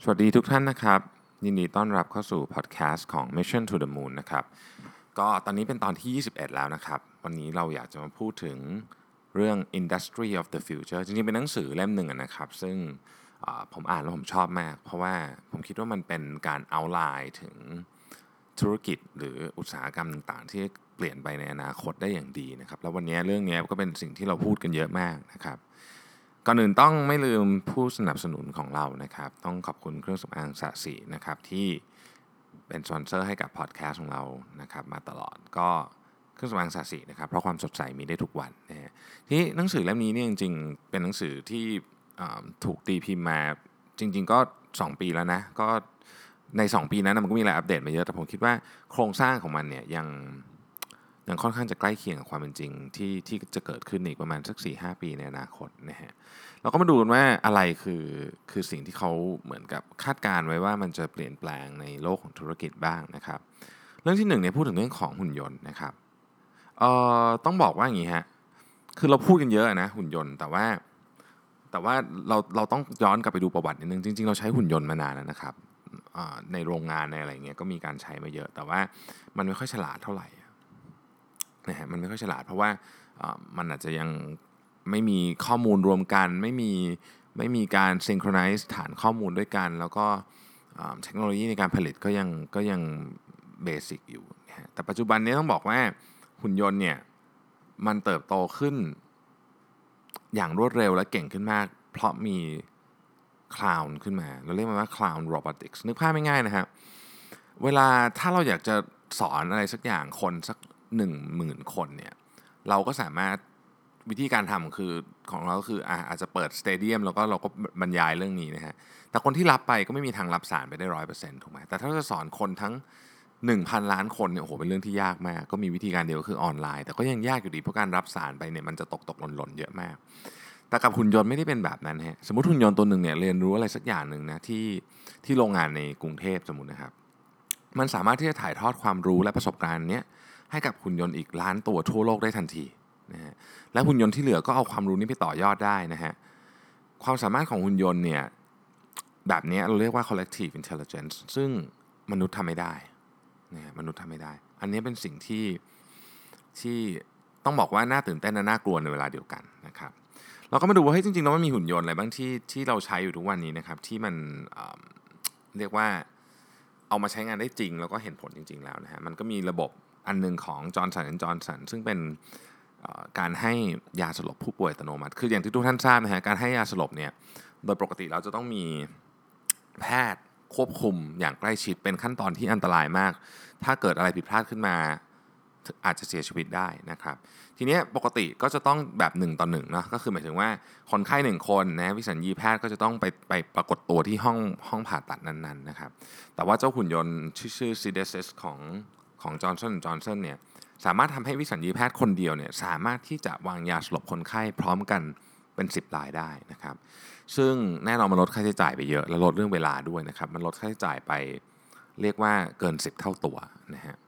สวัสดีทุกท่านนะครับยินดีต้อนรับเข้าสู่พอดแคสต์ของ Mission to the Moon นะครับก็ตอนนี้เป็นตอนที่21แล้วนะครับวันนี้เราอยากจะมาพูดถึงเรื่อง Industry of the Future จริงๆเป็นหนังสือเล่มหนึ่งนะครับซึ่งผมอ่านแล้วผมชอบมากเพราะว่าผมคิดว่ามันเป็นการเอาไลน์ถึงธุรกิจหรืออุตสาหกรรมต่างๆที่เปลี่ยนไปในอนาคตได้อย่างดีนะครับแล้ววันนี้เรื่องนี้ก็เป็นสิ่งที่เราพูดกันเยอะมากนะครับ ก่อนอื่นต้องไม่ลืมผู้สนับสนุนของเรานะครับต้องขอบคุณเครื่องสำอางสะสีนะครับที่เป็นสปอนเซอร์ให้กับพอดแคสต์ของเรานะครับมาตลอดก็เครื่องสำอางสะสีนะครับเพราะความสดใสมีได้ทุกวันนะฮะที่หนังสือเล่มนี้เนี่ยจริงๆเป็นหนังสือที่ถูกตีพิมพ์มาจริงๆก็2ปีแล้วนะก็ใน2ปีนั้นมันก็มีอะไรอัปเดตมาเยอะแต่ผมคิดว่าโครงสร้างของมันเนี่ยยังค่อนข้างจะใกล้เคียงกับความเป็นจริงที่จะเกิดขึ้นอีกประมาณสัก 4-5 ปีในอนาคตนะฮะเราก็มาดูกันว่าอะไรคือสิ่งที่เขาเหมือนกับคาดการไว้ว่ามันจะเปลี่ยนแปลงในโลกของธุรกิจบ้างนะครับเรื่องที่1เนี่ยพูดถึงเรื่องของหุ่นยนต์นะครับต้องบอกว่าอย่างนี้ฮะคือเราพูดกันเยอะนะหุ่นยนต์แต่ว่าเราต้องย้อนกลับไปดูประวัตินิดนึงจริงๆเราใช้หุ่นยนต์มานานแล้วนะครับในโรงงานในอะไรเงี้ยก็มีการใช้มาเยอะแต่ว่ามันไม่ค่อยฉลาดเท่าไหร่นะฮะมันไม่ค่อยฉลาดเพราะว่ามันอาจจะยังไม่มีข้อมูลรวมกันไม่มีการซิงโครไนซ์ฐานข้อมูลด้วยกันแล้วก็เทคโนโลยีในการผลิตก็ยังเบสิกอยู่นะฮะแต่ปัจจุบันนี้ต้องบอกว่าหุ่นยนต์เนี่ยมันเติบโตขึ้นอย่างรวดเร็วและเก่งขึ้นมากเพราะมีคลาวน์ขึ้นมาเราเรียกมันว่าคลาวน์โรบอติกส์นึกภาพไม่ง่ายๆนะครับเวลาถ้าเราอยากจะสอนอะไรสักอย่างคนสัก10,000คนเนี่ยเราก็สามารถวิธีการทำคือของเราก็คืออาจจะเปิดสเตเดียมแล้วก็เราก็บรรยายเรื่องนี้นะฮะแต่คนที่รับไปก็ไม่มีทางรับสารไปได้100%ถูกไหมแต่ถ้าจะสอนคนทั้ง1,000 ล้านคนเนี่ยโอ้โหเป็นเรื่องที่ยากมากก็มีวิธีการเดียวก็คือออนไลน์แต่ก็ยังยากอยู่ดีเพราะการรับสารไปเนี่ยมันจะตกหล่นๆเยอะมากแต่กับหุ่นยนต์ไม่ได้เป็นแบบนั้นฮะสมมติหุ่นยนต์ตัวหนึ่งเนี่ยเรียนรู้อะไรสักอย่างหนึ่งนะที่โรงงานในกรุงเทพสมมุตินะครับมันสามารถที่จะถ่ายทอดความรู้และประสบการณ์เนี้ยให้กับหุ่นยนต์อีกล้านตัวทั่วโลกได้ทันทีนะฮะและหุ่นยนต์ที่เหลือก็เอาความรู้นี้ไปต่อยอดได้นะฮะความสามารถของหุ่นยนต์เนี่ยแบบนี้เราเรียกว่า collective intelligence ซึ่งมนุษย์ทำไม่ได้นะมนุษย์ทำไม่ได้อันนี้เป็นสิ่งที่ต้องบอกว่าน่าตื่นเต้นและน่ากลัวในเวลาเดียวกันนะครับเราก็มาดูว่าเฮ้ยจริงๆแล้วมันมีหุ่นยนต์อะไรบ้างที่เราใช้อยู่ทุกวันนี้นะครับที่มันเรียกว่าเอามาใช้งานได้จริงแล้วก็เห็นผลจริงๆแล้วนะฮะมันก็มีระบบอันหนึงของ Johnson Johnson ซึ่งเป็นการให้ยาสลบผู้ป่วยอัตโนมัติคืออย่างที่ทุกท่านทราบนะฮะการให้ยาสลบเนี่ยโดยปกติเราจะต้องมีแพทย์ควบคุมอย่างใกล้ชิดเป็นขั้นตอนที่อันตรายมากถ้าเกิดอะไรผิดพลาดขึ้นมาอาจจะเสียชีวิตได้นะครับทีนี้ปกติก็จะต้องแบบ1ต่อ1เนาะก็คือหมายถึงว่าคนไข้1คนนะวิสัญญีแพทย์ก็จะต้องไปปรากฏตัวที่ห้องผ่าตัดนั้นๆนะครับแต่ว่าเจ้าหุ่นยนต์ชื่อ Cydesys ของ Johnson Johnson เนี่ยสามารถทำให้วิสัญญีแพทย์คนเดียวเนี่ยสามารถที่จะวางยาสลบคนไข้พร้อมกันเป็น10 รายได้นะครับซึ่งแน่นอนมันลดค่าใช้จ่ายไปเยอะและลดเรื่องเวลาด้วยนะครับมันลดค่าใช้จ่ายไปเรียกว่าเกิน10 เท่าตัวนะฮะ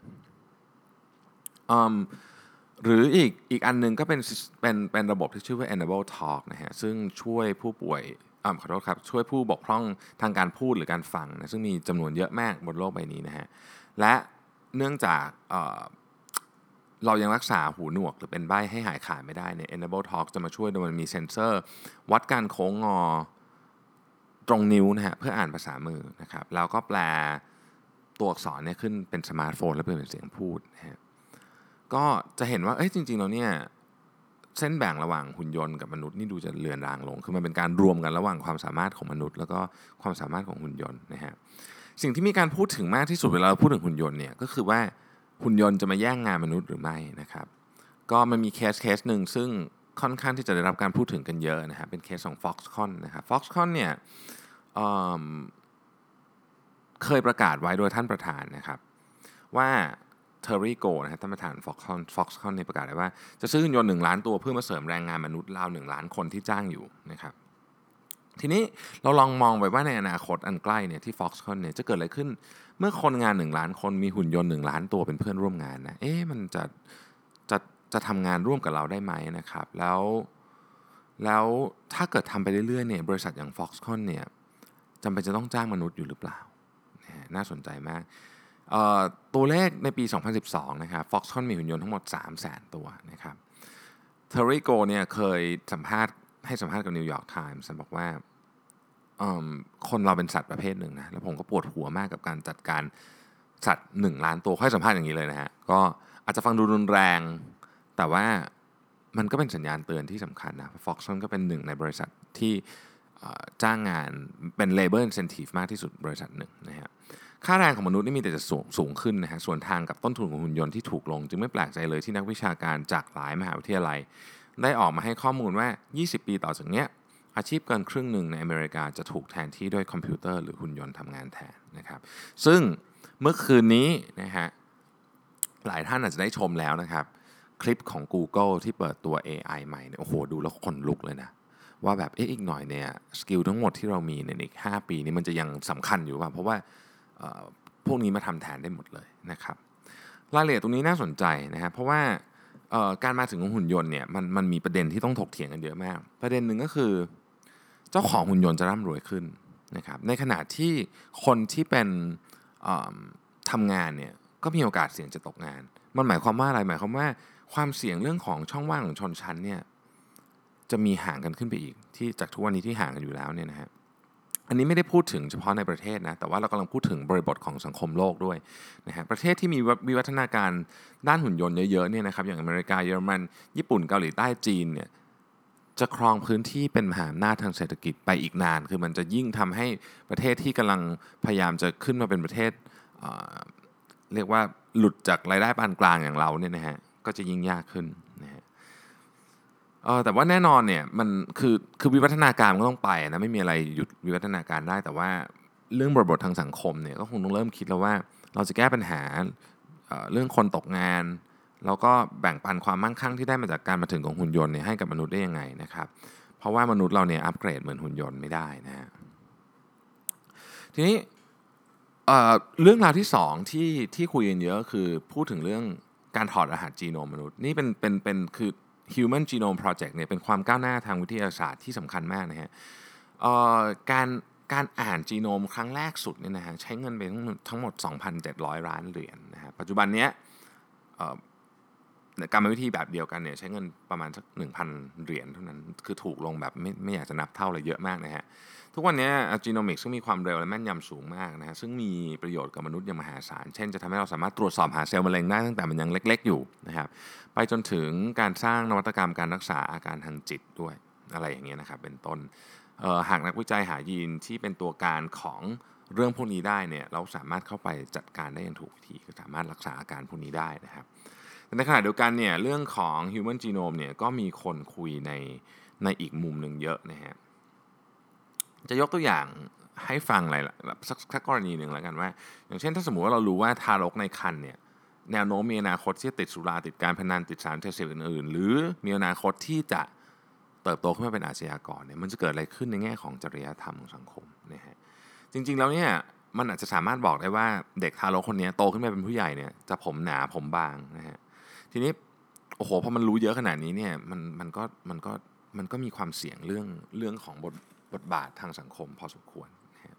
หรืออีกอันหนึงก็เป็นระบบที่ชื่อว่า Enable Talk นะฮะซึ่งช่วยผู้ป่วยขอโทษครับช่วยผู้บกพร่องทางการพูดหรือการฟังนะซึ่งมีจำนวนเยอะมากบนโลกใบนี้นะฮะและเนื่องจากเรายังรักษาหูหนวกหรือเป็นใบ้ให้หายขาดไม่ได้เนี่ย Enable Talk จะมาช่วยโดยมันมีเซ็นเซอร์วัดการโค้งงอตรงนิ้วนะฮะเพื่ออ่านภาษามือนะครับแล้วก็แปลตัวอักษรเนี่ยขึ้นเป็นสมาร์ทโฟนแล้วเป็นเสียงพูดนะฮะก็จะเห็นว่าจริงๆแล้วเนี่ยเส้นแบ่งระหว่างหุ่นยนต์กับมนุษย์นี่ดูจะเลือนรางลงคือมันเป็นการรวมกันระหว่างความสามารถของมนุษย์แล้วก็ความสามารถของหุ่นยนต์นะฮะสิ่งที่มีการพูดถึงมากที่สุดเวลาเราพูดถึงหุ่นยนต์เนี่ยก็คือว่าหุ่นยนต์จะมาแย่งงานมนุษย์หรือไม่นะครับก็มันมีเคสหนึ่งซึ่งค่อนข้างที่จะได้รับการพูดถึงกันเยอะนะฮะเป็นเคสของ Foxconn นะครับ Foxconn เนี่ยเอ่อเคยประกาศไว้โดยท่านประธานนะครับว่าเทอร์รี่โกนะฮะท่านประธาน Foxconn เนี่ยประกาศไว้ว่าจะซื้อหุ่นยนต์1 ล้านตัวเพื่อมาเสริมแรงงานมนุษย์ราว1 ล้านคนที่จ้างอยู่นะครับทีนี้เราลองมองไปว่าในอนาคตอันใกล้เนี่ยที่ Foxconn เนี่ยจะเกิดอะไรขึ้นเมื่อคนงาน1 ล้านคนมีหุ่นยนต์1 ล้านตัวเป็นเพื่อนร่วมงานนะมันจะจะทำงานร่วมกับเราได้ไหมนะครับแล้วถ้าเกิดทำไปเรื่อยๆเนี่ยบริษัทอย่าง Foxconn เนี่ยจำเป็นจะต้องจ้างมนุษย์อยู่หรือเปล่าน่าสนใจมากตัวเลขในปี 2012 นะครับ Foxconn มีหุ่นยนต์ทั้งหมด 300,000 ตัวนะครับเทอร์รี่โกเนี่ยเคยให้สัมภาษณ์กับ New York Times บอกว่าคนเราเป็นสัตว์ประเภทหนึ่งนะแล้วผมก็ปวดหัวมากกับการจัดการสัตว์1 ล้านตัวค่อยสัมภาษณ์อย่างนี้เลยนะฮะก็อาจจะฟังดูรุนแรงแต่ว่ามันก็เป็นสัญญาณเตือนที่สำคัญนะ Foxconn ก็เป็นหนึ่งในบริษัทที่จ้างงานเป็น labor incentive มากที่สุดบริษัทหนึ่งนะฮะค่าแรงของมนุษย์นี่มีแต่จะสูงขึ้นนะฮะส่วนทางกับต้นทุนของหุ่นยนต์ที่ถูกลงจึงไม่แปลกใจเลยที่นักวิชาการจากหลายมหาวิทยาลัยได้ออกมาให้ข้อมูลว่า20 ปีต่อจากเนี้ยอาชีพเกินครึ่งหนึ่งในอเมริกาจะถูกแทนที่ด้วยคอมพิวเตอร์หรือหุ่นยนต์ทำงานแทนนะครับซึ่งเมื่อคืนนี้นะฮะหลายท่านอาจจะได้ชมแล้วนะครับคลิปของ Google ที่เปิดตัว AI ใหม่เนี่ยโอ้โหดูแล้วขนลุกเลยนะว่าแบบอีกหน่อยเนี่ยสกิลทั้งหมดที่เรามีในอีก5 ปีนี้มันจะยังสำคัญอยู่ป่ะเพราะว่าพวกนี้มาทำแทนได้หมดเลยนะครับรายละเอียดตรงนี้น่าสนใจนะครับเพราะว่าการมาถึงของหุ่นยนต์เนี่ยมันมีประเด็นที่ต้องถกเถียงกันเยอะมากประเด็นหนึ่งก็คือเจ้าของหุ่นยนต์จะร่ำรวยขึ้นนะครับในขณะที่คนที่เป็นทำงานเนี่ยก็มีโอกาสเสี่ยงจะตกงานมันหมายความว่าอะไรหมายความว่าความเสี่ยงเรื่องของช่องว่างของชนชั้นเนี่ยจะมีห่างกันขึ้นไปอีกที่จากทุกวันนี้ที่ห่างกันอยู่แล้วเนี่ยนะฮะอันนี้ไม่ได้พูดถึงเฉพาะในประเทศนะแต่ว่าเรากำลังพูดถึงบริบทของสังคมโลกด้วยนะฮะประเทศที่มีวิวัฒนาการด้านหุ่นยนต์เยอะๆเนี่ยนะครับอย่างอเมริกาเยอรมันญี่ปุ่นเกาหลีใต้จีนเนี่ยจะครองพื้นที่เป็นมหาอำนาจทางเศรษฐกิจไปอีกนานคือมันจะยิ่งทำให้ประเทศที่กำลังพยายามจะขึ้นมาเป็นประเทศเรียกว่าหลุดจากรายได้ปานกลางอย่างเราเนี่ยนะฮะก็จะยิ่งยากขึ้นนะฮะแต่ว่าแน่นอนเนี่ยมันคือวิวัฒนาการมันก็ต้องไปนะไม่มีอะไรหยุดวิวัฒนาการได้แต่ว่าเรื่องบริบททางสังคมเนี่ยก็คงต้องเริ่มคิดแล้วว่าเราจะแก้ปัญหาเรื่องคนตกงานแล้วก็แบ่งปันความมั่งคั่งที่ได้มาจากการมาถึงของหุ่นยนต์เนี่ยให้กับมนุษย์ได้ยังไงนะครับเพราะว่ามนุษย์เราเนี่ยอัปเกรดเหมือนหุ่นยนต์ไม่ได้นะฮะทีนี้เรื่องราวที่2ที่คุยกันเยอะคือพูดถึงเรื่องการถอดรหัสจีโนมมนุษย์นี่เป็นคือ Human Genome Project เนี่ยเป็นความก้าวหน้าทางวิทยาศาสตร์ที่สำคัญมากนะฮะเอ่อการการอ่านจีโนมครั้งแรกสุดเนี่ยนะฮะใช้เงินไปทั้งหมด 2,700 ล้านเหรียญนะฮะปัจจุบันเนี้ยกรรมวิธีแบบเดียวกันเนี่ยใช้เงินประมาณสัก 1,000 เหรียญเท่านั้นคือถูกลงแบบไม่อยากจะนับเท่าเลยเยอะมากนะฮะทุกวันนี้จีโนมิกส์ซึ่งมีความเร็วและแม่นยำสูงมากนะฮะซึ่งมีประโยชน์กับมนุษย์อย่างมหาศาลเช่นจะทำให้เราสามารถตรวจสอบหาเซลล์มะเร็งได้ตั้งแต่มันยังเล็กๆอยู่นะครับไปจนถึงการสร้างนวัตกรรมการรักษาอาการทางจิตด้วยอะไรอย่างเงี้ยนะครับเป็นต้นหากนักวิจัยหายีนที่เป็นตัวการของเรื่องพวกนี้ได้เนี่ยเราสามารถเข้าไปจัดการได้อย่างถูกวิธีคือสามารถรักษาอาการพวกนี้ได้นะครับในขณะเดียวกันเนี่ยเรื่องของ Human Genome เนี่ยก็มีคนคุยในอีกมุมหนึ่งเยอะนะฮะจะยกตัวอย่างให้ฟังอะไรสักกรณีหนึ่งแล้วกันว่าอย่างเช่นถ้าสมมุติว่าเรารู้ว่าทารกในครรภ์เนี่ยแนวโน้มมีอนาคตที่จะติดสุราติดการพนันติดสารเสพติดอื่นๆหรือมีอนาคตที่จะเติบโตขึ้นมาเป็นอาชญากรเนี่ยมันจะเกิดอะไรขึ้นในแง่ของจริยธรรมของสังคมนะฮะจริงๆแล้วเนี่ยมันอาจจะสามารถบอกได้ว่าเด็กทารกคนนี้โตขึ้นมาเป็นผู้ใหญ่เนี่ยจะผมหนาผมบางนะฮะทีนี้โอ้โหพอมันรู้เยอะขนาดนี้เนี่ยมันก็มีความเสี่ยงเรื่องของบทบาททางสังคมพอสมควรนะ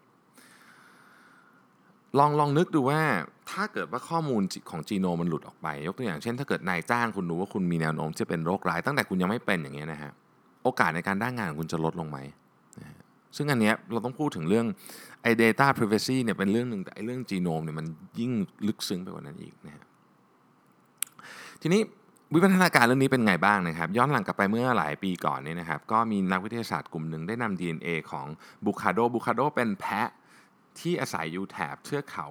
ลองนึกดูว่าถ้าเกิดว่าข้อมูลของจีโนมันหลุดออกไปยกตัวอย่างเช่นถ้าเกิดนายจ้างคุณรู้ว่าคุณมีแนวโน้มจะเป็นโรคร้ายตั้งแต่คุณยังไม่เป็นอย่างเงี้ยนะฮะโอกาสในการได้งานของคุณจะลดลงไหมนะฮะซึ่งอันเนี้ยเราต้องพูดถึงเรื่องไอ้ data privacy เนี่ยเป็นเรื่องหนึ่งแต่ไอ้เรื่องจีโนมเนี่ยมันยิ่งลึกซึ้งไปกว่านั้นอีกนะฮะทีนี้วิวัฒนาการเรื่องนี้เป็นไงบ้างนะครับย้อนหลังกลับไปเมื่อหลายปีก่อนเนี่ยนะครับก็มีนักวิทยาศาสตร์กลุ่มหนึ่งได้นำ DNA ของบูคาโดเป็นแพะที่อาศัยอยู่แถบเทือกเขา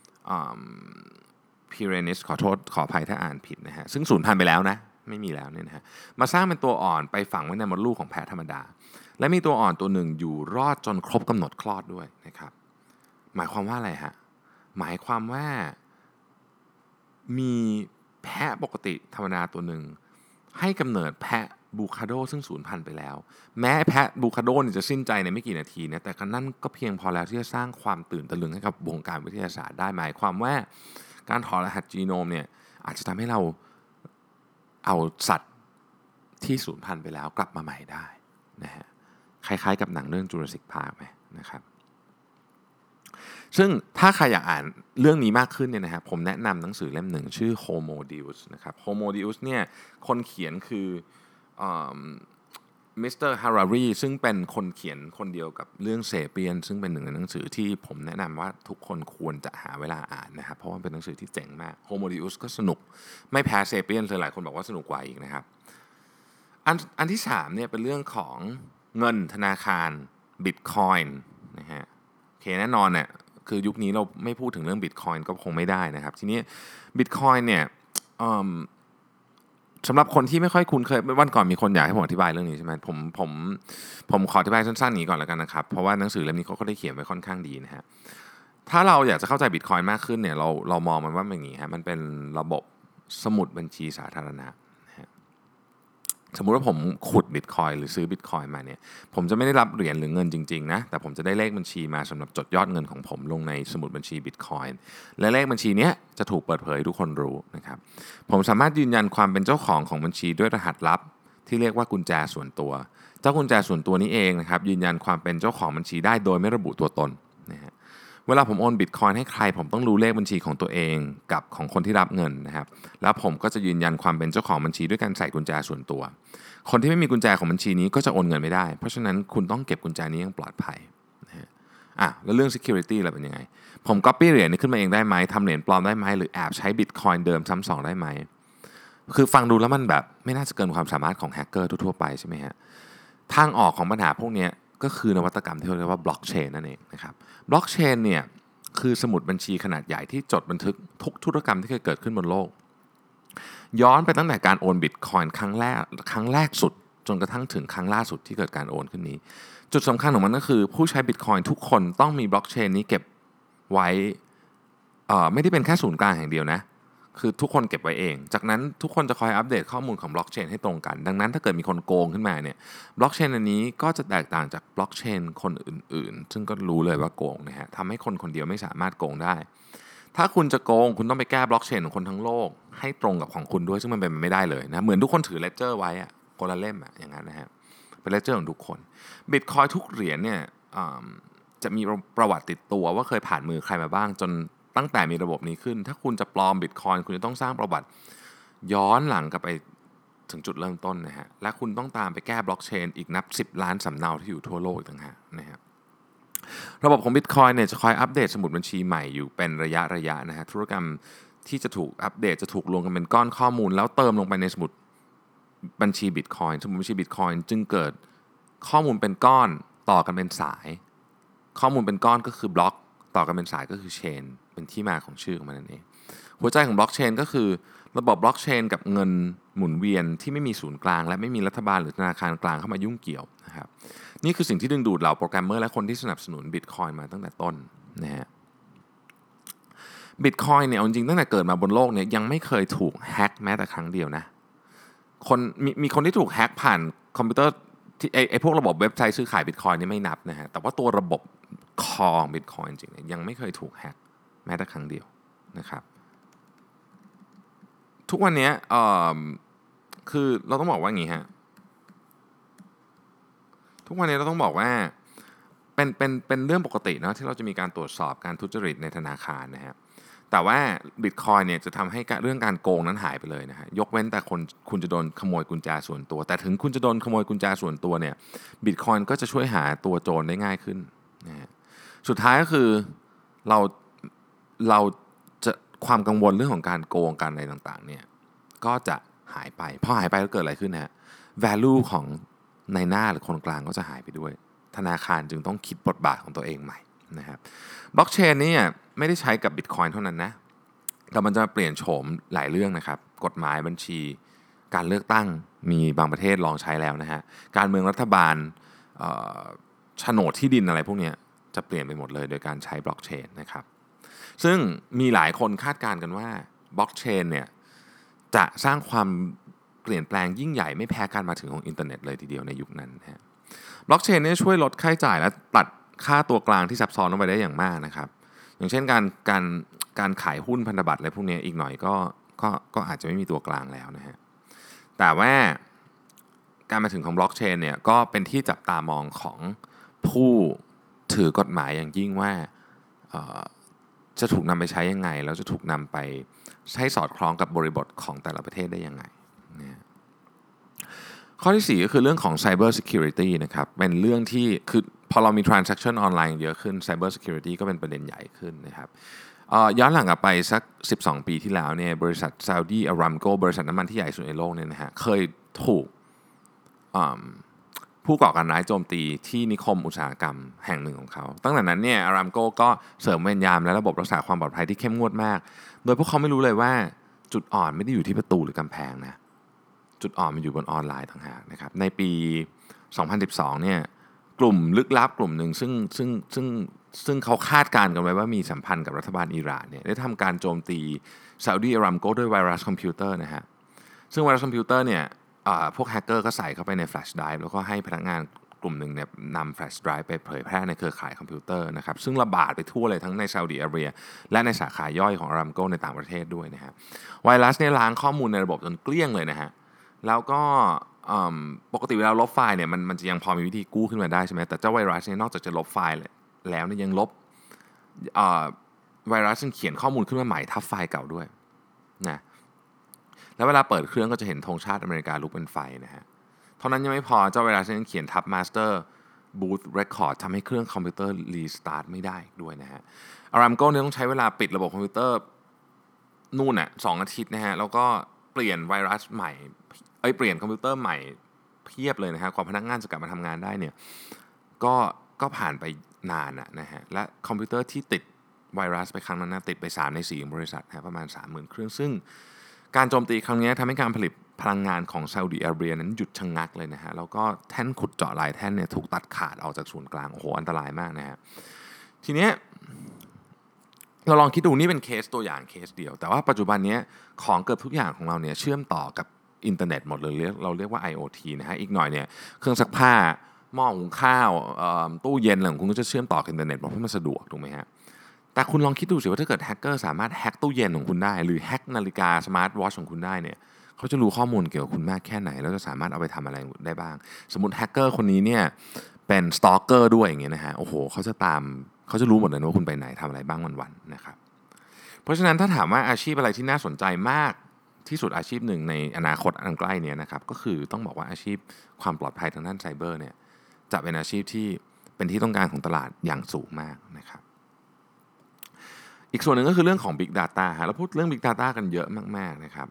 พิเรนิสขออภัยถ้าอ่านผิดนะฮะซึ่งสูญพันธุ์ไปแล้วนะไม่มีแล้วเนี่ยนะฮะมาสร้างเป็นตัวอ่อนไปฝังไว้ในมดลูกของแพะธรรมดาและมีตัวอ่อนตัวหนึ่งอยู่รอดจนครบกำหนดคลอดด้วยนะครับหมายความว่าอะไรฮะหมายความว่ามีแพะปกติธรรมดาตัวหนึ่งให้กำเนิดแพะบูคาโดซึ่งสูญพันธุ์ไปแล้วแม้แพะบูคาโดจะสิ้นใจในไม่กี่นาทีนะแต่นั่นก็เพียงพอแล้วที่จะสร้างความตื่นตะลึงให้กับวงการวิทยาศาสตร์ได้หมายความว่าการถอดรหัสจีโนมเนี่ยอาจจะทำให้เราเอาสัตว์ที่สูญพันธุ์ไปแล้วกลับมาใหม่ได้นะฮะคล้ายๆกับหนังเรื่อง Jurassic Park ไหมนะครับซึ่งถ้าใครอยากอ่านเรื่องนี้มากขึ้นเนี่ยนะครับผมแนะนำหนังสือเล่มหนึ่งชื่อ Homo Deus นะครับ Homo Deus เนี่ยคนเขียนคือมิสเตอร์ฮารารีซึ่งเป็นคนเขียนคนเดียวกับเรื่องเซเปียนซึ่งเป็นหนึ่งในหนังสือที่ผมแนะนำว่าทุกคนควรจะหาเวลาอ่านนะครับเพราะว่าเป็นหนังสือที่เจ๋งมาก Homo Deus ก็สนุกไม่แพ้เซเปียนเลยหลายคนบอกว่าสนุกกว่าอีกนะครับอันที่3เนี่ยเป็นเรื่องของเงินธนาคารบิตคอยน์นะฮะโอเคแน่นอนเนี่ยคือยุคนี้เราไม่พูดถึงเรื่องบิตคอยน์ก็คงไม่ได้นะครับทีนี้บิตคอยน์เนี่ยสำหรับคนที่ไม่ค่อยคุ้นเคยวันก่อนมีคนอยากให้ผมอธิบายเรื่องนี้ใช่ไหมผมขออธิบายสั้นๆอย่างนี้ก่อนแล้วกันนะครับเพราะว่าหนังสือเล่มนี้เขาก็ได้เขียนไว้ค่อนข้างดีนะฮะถ้าเราอยากจะเข้าใจบิตคอยน์มากขึ้นเนี่ยเรามองมันว่าเป็นอย่างนี้ฮะมันเป็นระบบสมุดบัญชีสาธารณะสมมุติว่าผมขุดบิตคอยหรือซื้อบิตคอยมาเนี่ยผมจะไม่ได้รับเหรียญหรือเงินจริงๆนะแต่ผมจะได้เลขบัญชีมาสำหรับจดยอดเงินของผมลงในสมุดบัญชีบิตคอยและเลขบัญชีนี้จะถูกเปิดเผยทุกคนรู้นะครับผมสามารถยืนยันความเป็นเจ้าของบัญชีด้วยรหัสลับที่เรียกว่ากุญแจส่วนตัวเจ้ากุญแจส่วนตัวนี้เองนะครับยืนยันความเป็นเจ้าของบัญชีได้โดยไม่ระบุตัวตนนะฮะเวลาผมโอนบิตคอยน์ให้ใครผมต้องรู้เลขบัญชีของตัวเองกับของคนที่รับเงินนะครับแล้วผมก็จะยืนยันความเป็นเจ้าของบัญชีด้วยการใส่กุญแจส่วนตัวคนที่ไม่มีกุญแจของบัญชีนี้ก็จะโอนเงินไม่ได้เพราะฉะนั้นคุณต้องเก็บกุญแจนี้อย่างปลอดภัยนะฮะแล้วเรื่อง security ล่ะเป็นยังไงผม copy เหรียญนี้ขึ้นมาเองได้ไหมทำเหรียญปลอมได้ไหมหรือแอบใช้บิตคอยน์เดิมซ้ำสองได้ไหมคือฟังดูแล้วมันแบบไม่น่าจะเกินความสามารถของแฮกเกอร์ทั่วๆไปใช่ไหมฮะทางออกของปัญหาพวกนี้ก็คือนวัตกรรมที่เรียกว่าบล็อกเชนนั่นเองนะครับบล็อกเชนเนี่ยคือสมุดบัญชีขนาดใหญ่ที่จดบันทึกทุกธุรกรรมที่เคยเกิดขึ้นบนโลกย้อนไปตั้งแต่การโอนบิตคอยน์ครั้งแรกสุดจนกระทั่งถึงครั้งล่าสุดที่เกิดการโอนขึ้นนี้จุดสำคัญของมันก็คือผู้ใช้บิตคอยน์ทุกคนต้องมีบล็อกเชนนี้เก็บไว้ไม่ได้เป็นแค่ศูนย์กลางแห่งเดียวนะคือทุกคนเก็บไว้เองจากนั้นทุกคนจะคอยอัปเดตข้อมูลของบล็อกเชนให้ตรงกันดังนั้นถ้าเกิดมีคนโกงขึ้นมาเนี่ยบล็อกเชนอันนี้ก็จะแตกต่างจากบล็อกเชนคนอื่นๆซึ่งก็รู้เลยว่าโกงนะฮะทำให้คนคนเดียวไม่สามารถโกงได้ถ้าคุณจะโกงคุณต้องไปแก้บล็อกเชนของคนทั้งโลกให้ตรงกับของคุณด้วยซึ่งมันเป็นไปไม่ได้เลยนะเหมือนทุกคนถือเลดเจอร์ไว้อะคนละเล่มอะอย่างนั้นนะฮะเป็นเลดเจอร์ของทุกคนบิตคอยทุกเหรียญเนี่ยจะมีประวัติติดตัวว่าเคยผ่านมือใครมาบ้างจนตั้งแต่มีระบบนี้ขึ้นถ้าคุณจะปลอมบิตคอยคุณจะต้องสร้างประวัติย้อนหลังกลับไปถึงจุดเริ่มต้นนะฮะและคุณต้องตามไปแก้บล็อกเชนอีกนับ10 ล้านสำเนาที่อยู่ทั่วโลกอีกต่างหากนะครับระบบของ Bitcoin เนี่ยจะคอยอัปเดตสมุดบัญชีใหม่อยู่เป็นระยะนะฮะธุรกรรมที่จะถูกอัปเดตจะถูกรวมกันเป็นก้อนข้อมูลแล้วเติมลงไปในสมุดบัญชี Bitcoin สมุดบัญชี Bitcoin จึงเกิดข้อมูลเป็นก้อนต่อกันเป็นสายข้อมูลเป็นก้อนก็คือบล็อกต่อกันเป็นสายก็คือเชนเป็นที่มาของชื่อของมันนั่นเองหัวใจของบล็อกเชนก็คือระบบบล็อกเชนกับเงินหมุนเวียนที่ไม่มีศูนย์กลางและไม่มีรัฐบาลหรือธนาคารกลางเข้ามายุ่งเกี่ยวนะครับนี่คือสิ่งที่ดึงดูดเหล่าโปรแกรมเมอร์และคนที่สนับสนุน Bitcoin มาตั้งแต่ต้นนะฮะ Bitcoin เนี่ยจริงๆตั้งแต่เกิดมาบนโลกเนี่ยยังไม่เคยถูกแฮ็กแม้แต่ครั้งเดียวนะคนมีคนที่ถูกแฮ็กผ่านคอมพิวเตอร์ที่ไอพวกระบบเว็บไซต์ซื้อขาย Bitcoin นี่ไม่นับนะฮะแต่ว่าตัวระบบคอของ Bitcoin จริงๆยังไม่เคยถูกแฮ็กแม้แต่ครั้งเดียวนะครับทุกวันนี้คือเราต้องบอกว่าอย่างนี้ฮะทุกวันนี้เราต้องบอกว่าเป็นเรื่องปกตินะที่เราจะมีการตรวจสอบการทุจริตในธนาคารนะฮะแต่ว่า Bitcoin เนี่ยจะทำให้เรื่องการโกงนั้นหายไปเลยนะฮะยกเว้นแต่คุณจะโดนขโมยกุญแจส่วนตัวแต่ถึงคุณจะโดนขโมยกุญแจส่วนตัวเนี่ย Bitcoin ก็จะช่วยหาตัวโจรได้ง่ายขึ้นนะฮะสุดท้ายก็คือเราเราจะความกังวลเรื่องของการโกงกันอะไรต่างๆเนี่ยก็จะหายไปพอหายไปแล้วเกิดอะไรขึ้นฮะ value ของในหน้าหรือคนกลางก็จะหายไปด้วยธนาคารจึงต้องคิดบทบาทของตัวเองใหม่นะครับบล็อกเชนนี่ไม่ได้ใช้กับ Bitcoin เท่านั้นนะแต่มันจะเปลี่ยนโฉมหลายเรื่องนะครับกฎหมายบัญชีการเลือกตั้งมีบางประเทศลองใช้แล้วนะฮะการเมืองรัฐบาลโฉนดที่ดินอะไรพวกนี้จะเปลี่ยนไปหมดเลยโดยการใช้บล็อกเชนนะครับซึ่งมีหลายคนคาดการณ์กันว่าบล็อกเชนเนี่ยจะสร้างความเปลี่ยนแปลงยิ่งใหญ่ไม่แพ้การมาถึงของอินเทอร์เน็ตเลยทีเดียวในยุคนั้นนะฮะบล็อกเชนนี่ช่วยลดค่าใช้จ่ายและตัดค่าตัวกลางที่ซับซ้อนลงไปได้อย่างมากนะครับอย่างเช่นการขายหุ้นพันธบัตรอะไรพวกนี้อีกหน่อยก็อาจจะไม่มีตัวกลางแล้วนะฮะแต่ว่าการมาถึงของบล็อกเชนเนี่ยก็เป็นที่จับตามองของผู้ถือกฎหมายอย่างยิ่งว่าจะถูกนำไปใช้ยังไงแล้วจะถูกนำไปให้สอดคล้องกับบริบทของแต่ละประเทศได้ยังไงนะข้อที่4ก็คือเรื่องของ Cyber Security นะครับเป็นเรื่องที่คือพอเรามี transaction ออนไลน์เยอะขึ้น Cyber Security ก็เป็นประเด็นใหญ่ขึ้นนะครับย้อนหลังกลับไปสัก12 ปีที่แล้วเนี่ยบริษัท Saudi Aramco บริษัทน้ำมันที่ใหญ่สุดในโลกเนี่ยนะฮะเคยถูกผู้ก่อการร้ายโจมตีที่นิคมอุตสาหกรรมแห่งหนึ่งของเขาตั้งแต่นั้นเนี่ยอารามโกก็เสริมเวรยามและระบบรักษาความปลอดภัยที่เข้มงวดมากโดยพวกเขาไม่รู้เลยว่าจุดอ่อนไม่ได้อยู่ที่ประตูหรือกำแพงนะจุดอ่อนมันอยู่บนออนไลน์ต่างหากนะครับในปี 2012 เนี่ยกลุ่มลึกลับกลุ่มหนึ่งซึ่งเขาคาดการณ์กันไว้ว่ามีสัมพันธ์กับรัฐบาลอิหร่านเนี่ยได้ทำการโจมตีซาอุดีอารามโกด้วยไวรัสคอมพิวเตอร์นะฮะซึ่งไวรัสคอมพิวเตอร์เนี่ยพวกแฮกเกอร์ก็ใส่เข้าไปในแฟลชไดรฟ์แล้วก็ให้พนักงานกลุ่มหนึ่งเนี่ยนำแฟลชไดรฟ์ไปเผยแพร่ในเครือข่ายคอมพิวเตอร์นะครับซึ่งระบาดไปทั่วเลยทั้งในซาอุดิอาระเบียและในสาขาย่อยของอารามโกในต่างประเทศด้วยนะฮะไวรัสเนี่ยล้างข้อมูลในระบบจนเกลี้ยงเลยนะฮะแล้วก็ปกติเวลาลบไฟล์เนี่ยมันจะยังพอมีวิธีกู้ขึ้นมาได้ใช่ไหมแต่เจ้าไวรัสเนี่ยนอกจากจะลบไฟล์แล้วเนี่ยยังลบไวรัสซึ่งเขียนข้อมูลขึ้นมาใหม่ทับไฟล์เก่าด้วยนะแล้วเวลาเปิดเครื่องก็จะเห็นธงชาติอเมริกาลุกเป็นไฟนะฮะเท่านั้นยังไม่พอเจ้าไวรัสยังเขียนทับ Master Boot Record ทำให้เครื่องคอมพิวเตอร์รีสตาร์ทไม่ได้ด้วยนะฮะอารามโกเนี่ยต้องใช้เวลาปิดระบบคอมพิวเตอร์นู่นน่ะ2 อาทิตย์นะฮะแล้วก็เปลี่ยนไวรัสใหม่เปลี่ยนคอมพิวเตอร์ใหม่เพียบเลยนะฮะกว่าพนักงานจะกลับมาทำงานได้เนี่ยก็ผ่านไปนานนะฮะและคอมพิวเตอร์ที่ติดไวรัสไปครั้งนั้นนะติดไป3 ใน 4ของบริษัทนะประมาณ 30,000 เครื่องซึ่งการโจมตีครั้งนี้ทำให้การผลิตพลังงานของซาอุดิอาระเบียนั้นหยุดชะงักเลยนะฮะแล้วก็แท่นขุดเจาะหลายแท่นเนี่ยถูกตัดขาดออกจากศูนย์กลางโอ้โหอันตรายมากนะฮะทีเนี้ยเราลองคิดดูนี่เป็นเคสตัวอย่างเคสเดียวแต่ว่าปัจจุบันนี้ของเกือบทุกอย่างของเราเนี่ยเชื่อมต่อกับอินเทอร์เน็ตหมดเลยเราเรียกว่า IoT นะฮะอีกหน่อยเนี่ยเครื่องซักผ้าหม้อหุงข้าวตู้เย็นอะไรของคุณก็จะเชื่อมต่อกับอินเทอร์เน็ตเพราะมันสะดวกถูกไหมฮะแต่คุณลองคิดดูสิว่าถ้าเกิดแฮกเกอร์สามารถแฮกตู้เย็นของคุณได้หรือแฮกนาฬิกาสมาร์ทวอทช์ของคุณได้เนี่ยเขาจะรู้ข้อมูลเกี่ยวกับคุณมากแค่ไหนแล้วจะสามารถเอาไปทำอะไรได้บ้างสมมติแฮกเกอร์คนนี้เนี่ยเป็นสตอกเกอร์ด้วยอย่างเงี้ยนะฮะโอ้โหเขาจะรู้หมดเลยว่าคุณไปไหนทำอะไรบ้างวันๆนะครับเพราะฉะนั้นถ้าถามว่าอาชีพอะไรที่น่าสนใจมากที่สุดอาชีพหนึ่งในอนาคตอันใกล้เนี่ยนะครับก็คือต้องบอกว่าอาชีพความปลอดภัยทางด้านไซเบอร์เนี่ยจะเป็นอาชีพที่เป็นที่ต้องการของตลาดอย่างสูงมากนะครับอีกส่วนหนึ่งก็คือเรื่องของ Big Data ฮะเราพูดเรื่อง Big Data กันเยอะมากๆนะครับ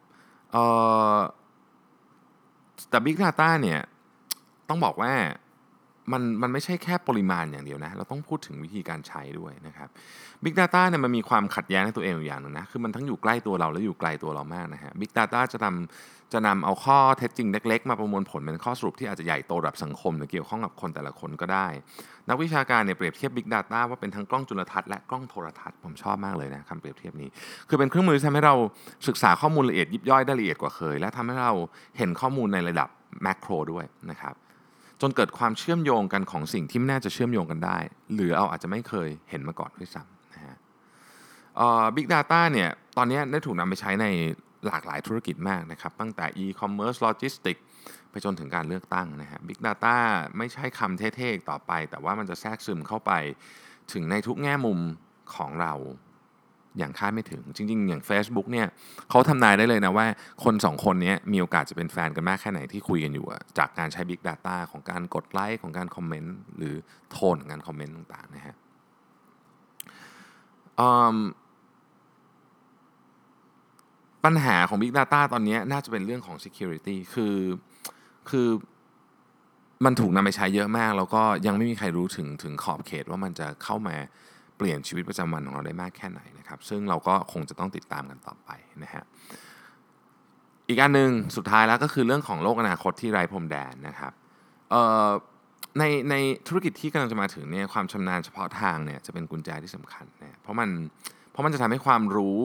แต่ Big Data เนี่ยต้องบอกว่ามันไม่ใช่แค่ปริมาณอย่างเดียวนะเราต้องพูดถึงวิธีการใช้ด้วยนะครับ Big Data เนี่ยมันมีความขัดแย้งในตัวเองอยู่อย่างหนึ่งนะคือมันทั้งอยู่ใกล้ตัวเราและอยู่ไกลตัวเรามากนะฮะ Big Data จะนำเอาข้อเท็จจริงเล็กๆมาประมวลผลเป็นข้อสรุปที่อาจจะใหญ่โตระดับสังคมหรือเกี่ยวข้องกับคนแต่ละคนก็ได้นักวิชาการเนี่ยเปรียบเทียบ Big Data ว่าเป็นทั้งกล้องจุลทรรศน์และกล้องโทรทัศน์ผมชอบมากเลยนะคำเปรียบเทียบนี้คือเป็นเครื่องมือที่ทำให้เราศึกษาข้อมูลละเอียดยิบย่อยได้ละเอียดกว่าเคยและทำให้เราเห็นข้อมูลในระดับแมกโรด้วยนะครับจนเกิดความเชื่อมโยงกันของสิ่งที่ไม่น่าจะเชื่อมโยงกันได้หรืออาจจะไม่เคยเห็นมาก่อนด้วยซ้ำนะฮะBig Data เนี่ยตอนนี้ได้ถูกนำไปใช้ในหลากหลายธุรกิจมากนะครับตั้งแต่ e-commerce logistics ไปจนถึงการเลือกตั้งนะฮะ Big Data ไม่ใช่คำเท่ๆต่อไปแต่ว่ามันจะแทรกซึมเข้าไปถึงในทุกแง่มุมของเราอย่างคาดไม่ถึงจริงๆอย่าง Facebook เนี่ยเขาทำนายได้เลยนะว่าคน2 คนนี้มีโอกาสจะเป็นแฟนกันมากแค่ไหนที่คุยกันอยู่จากการใช้ Big Data ของการกดไลค์ของการคอมเมนต์หรือโทนของการคอมเมนต์ต่างๆนะฮะปัญหาของ Big Data ตอนนี้น่าจะเป็นเรื่องของ Security คือมันถูกนำไปใช้เยอะมากแล้วก็ยังไม่มีใครรู้ถึงขอบเขตว่ามันจะเข้ามาเปลี่ยนชีวิตประจำวันของเราได้มากแค่ไหนนะครับซึ่งเราก็คงจะต้องติดตามกันต่อไปนะฮะอีกอันหนึ่งสุดท้ายแล้วก็คือเรื่องของโลกอนาคตที่ไร้พรมแดนนะครับในธุรกิจที่กำลังจะมาถึงเนี่ยความชำนาญเฉพาะทางเนี่ยจะเป็นกุญแจที่สำคัญนะเพราะมันจะทำให้ความรู้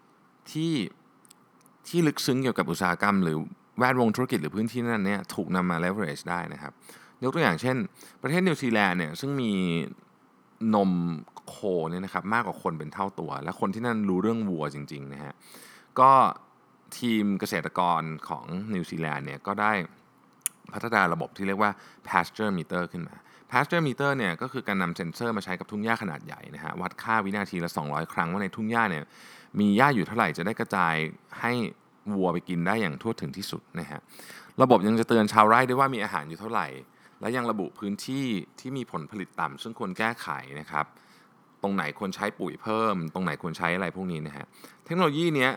ที่ลึกซึ้งเกี่ยวกับอุตสาหกรรมหรือแวดวงธุรกิจหรือพื้นที่นั้นเนี่ยถูกนำมา leverage ได้นะครับยกตัวอย่างเช่นประเทศนิวซีแลนด์เนี่ยซึ่งมีนมโคเนี่ยนะครับมากกว่าคนเป็นเท่าตัวและคนที่นั่นรู้เรื่องวัวจริงๆนะฮะก็ทีมเกษตรกรของนิวซีแลนด์เนี่ยก็ได้พัฒนาระบบที่เรียกว่า pasture meter ขึ้นมา pasture meter เนี่ยก็คือการนำเซ็นเซอร์มาใช้กับทุ่งหญ้าขนาดใหญ่นะฮะวัดค่าวินาทีละ200ครั้งว่าในทุ่งหญ้าเนี่ยมีหญ้าอยู่เท่าไหร่จะได้กระจายให้วัวไปกินได้อย่างทั่วถึงที่สุดนะฮะระบบยังจะเตือนชาวไร่ด้วยว่ามีอาหารอยู่เท่าไหร่และยังระบุพื้นที่ที่มีผลผลิตต่ำซึ่งควรแก้ไขนะครับตรงไหนควรใช้ปุ๋ยเพิ่มตรงไหนควรใช้อะไรพวกนี้นะฮะเทคโนโลยีเนี้ย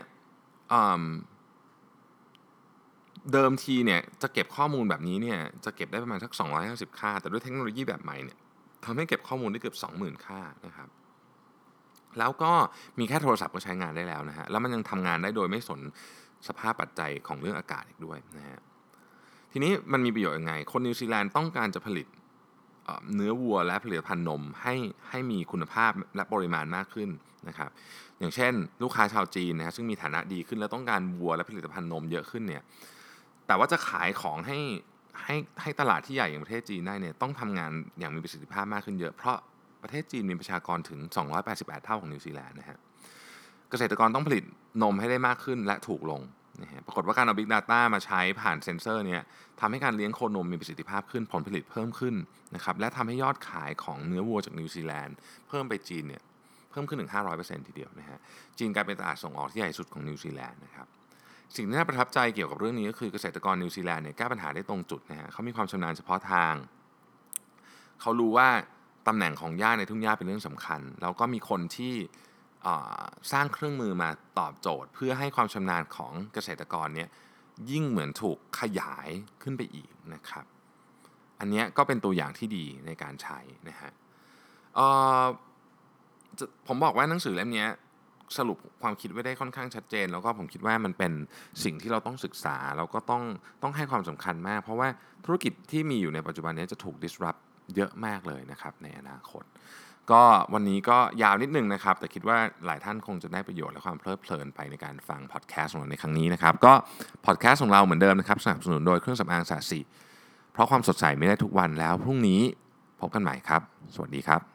เดิมทีเนี่ยจะเก็บข้อมูลแบบนี้เนี่ยจะเก็บได้ประมาณสัก250ค่าแต่ด้วยเทคโนโลยีแบบใหม่เนี่ยทำให้เก็บข้อมูลได้เกือบ 20,000 ค่านะครับแล้วก็มีแค่โทรศัพท์ก็ใช้งานได้แล้วนะฮะแล้วมันยังทำงานได้โดยไม่สนสภาพปัจจัยของเรื่องอากาศอีกด้วยนะฮะทีนี้มันมีประโยชน์ยังไงคนนิวซีแลนด์ต้องการจะผลิตเนื้อวัวและผลิตภัณฑ์นมให้มีคุณภาพและปริมาณมากขึ้นนะครับอย่างเช่นลูกค้าชาวจีนนะฮะซึ่งมีฐานะดีขึ้นแล้วต้องการวัวและผลิตภัณฑ์นมเยอะขึ้นเนี่ยแต่ว่าจะขายของให้ตลาดที่ใหญ่อย่างประเทศจีนได้เนี่ยต้องทำงานอย่างมีประสิทธิภาพมากขึ้นเยอะเพราะประเทศจีนมีประชากรถึง288เท่าของนิวซีแลนด์นะฮะเกษตรกรต้องผลิตนมให้ได้มากขึ้นและถูกลงนะฮะปรากฏว่าการเอา Big Data มาใช้ผ่านเซ็นเซอร์เนี่ยทำให้การเลี้ยงโคนมมีประสิทธิภาพขึ้นผลผลิตเพิ่มขึ้นนะครับและทำให้ยอดขายของเนื้อวัวจากนิวซีแลนด์เพิ่มไปจีนเนี่ยเพิ่มขึ้นถึง 500% ทีเดียวนะฮะจีนกลายเป็นตลาดส่งออกที่ใหญ่สุดของนิวซีแลนด์นะครับสิ่งที่น่าประทับใจเกี่ยวกับเรื่องนี้ก็คือเกษตรกรนิวซีแลนด์เนี่ยแก้ปัญหาได้ตรงจุดนะฮะเขามีความชำนาญเฉพาะทางเขารู้ว่าตำแหน่งของหญ้าในทุ่งหญ้าเป็นเรื่องสำคัญแล้วก็มีคนที่สร้างเครื่องมือมาตอบโจทย์เพื่อให้ความชำนาญของเกษตรกรเนี่ยยิ่งเหมือนถูกขยายขึ้นไปอีกนะครับอันนี้ก็เป็นตัวอย่างที่ดีในการใช้นะฮะผมบอกว่าหนังสือเล่มนี้สรุปความคิดไว้ได้ค่อนข้างชัดเจนแล้วก็ผมคิดว่ามันเป็นสิ่งที่เราต้องศึกษาแล้วก็ต้องให้ความสำคัญมากเพราะว่าธุรกิจที่มีอยู่ในปัจจุบันนี้จะถูก disrupt เยอะมากเลยนะครับในอนาคตก็วันนี้ก็ยาวนิดนึงนะครับแต่คิดว่าหลายท่านคงจะได้ประโยชน์และความเพลิดเพลินไปในการฟังพอดแคสต์ของเราในครั้งนี้นะครับก็พอดแคสต์ของเราเหมือนเดิมนะครับสนับสนุนโดยเครื่องสำอางสาสีเพราะความสดใสไม่ได้ทุกวันแล้วพรุ่งนี้พบกันใหม่ครับสวัสดีครับ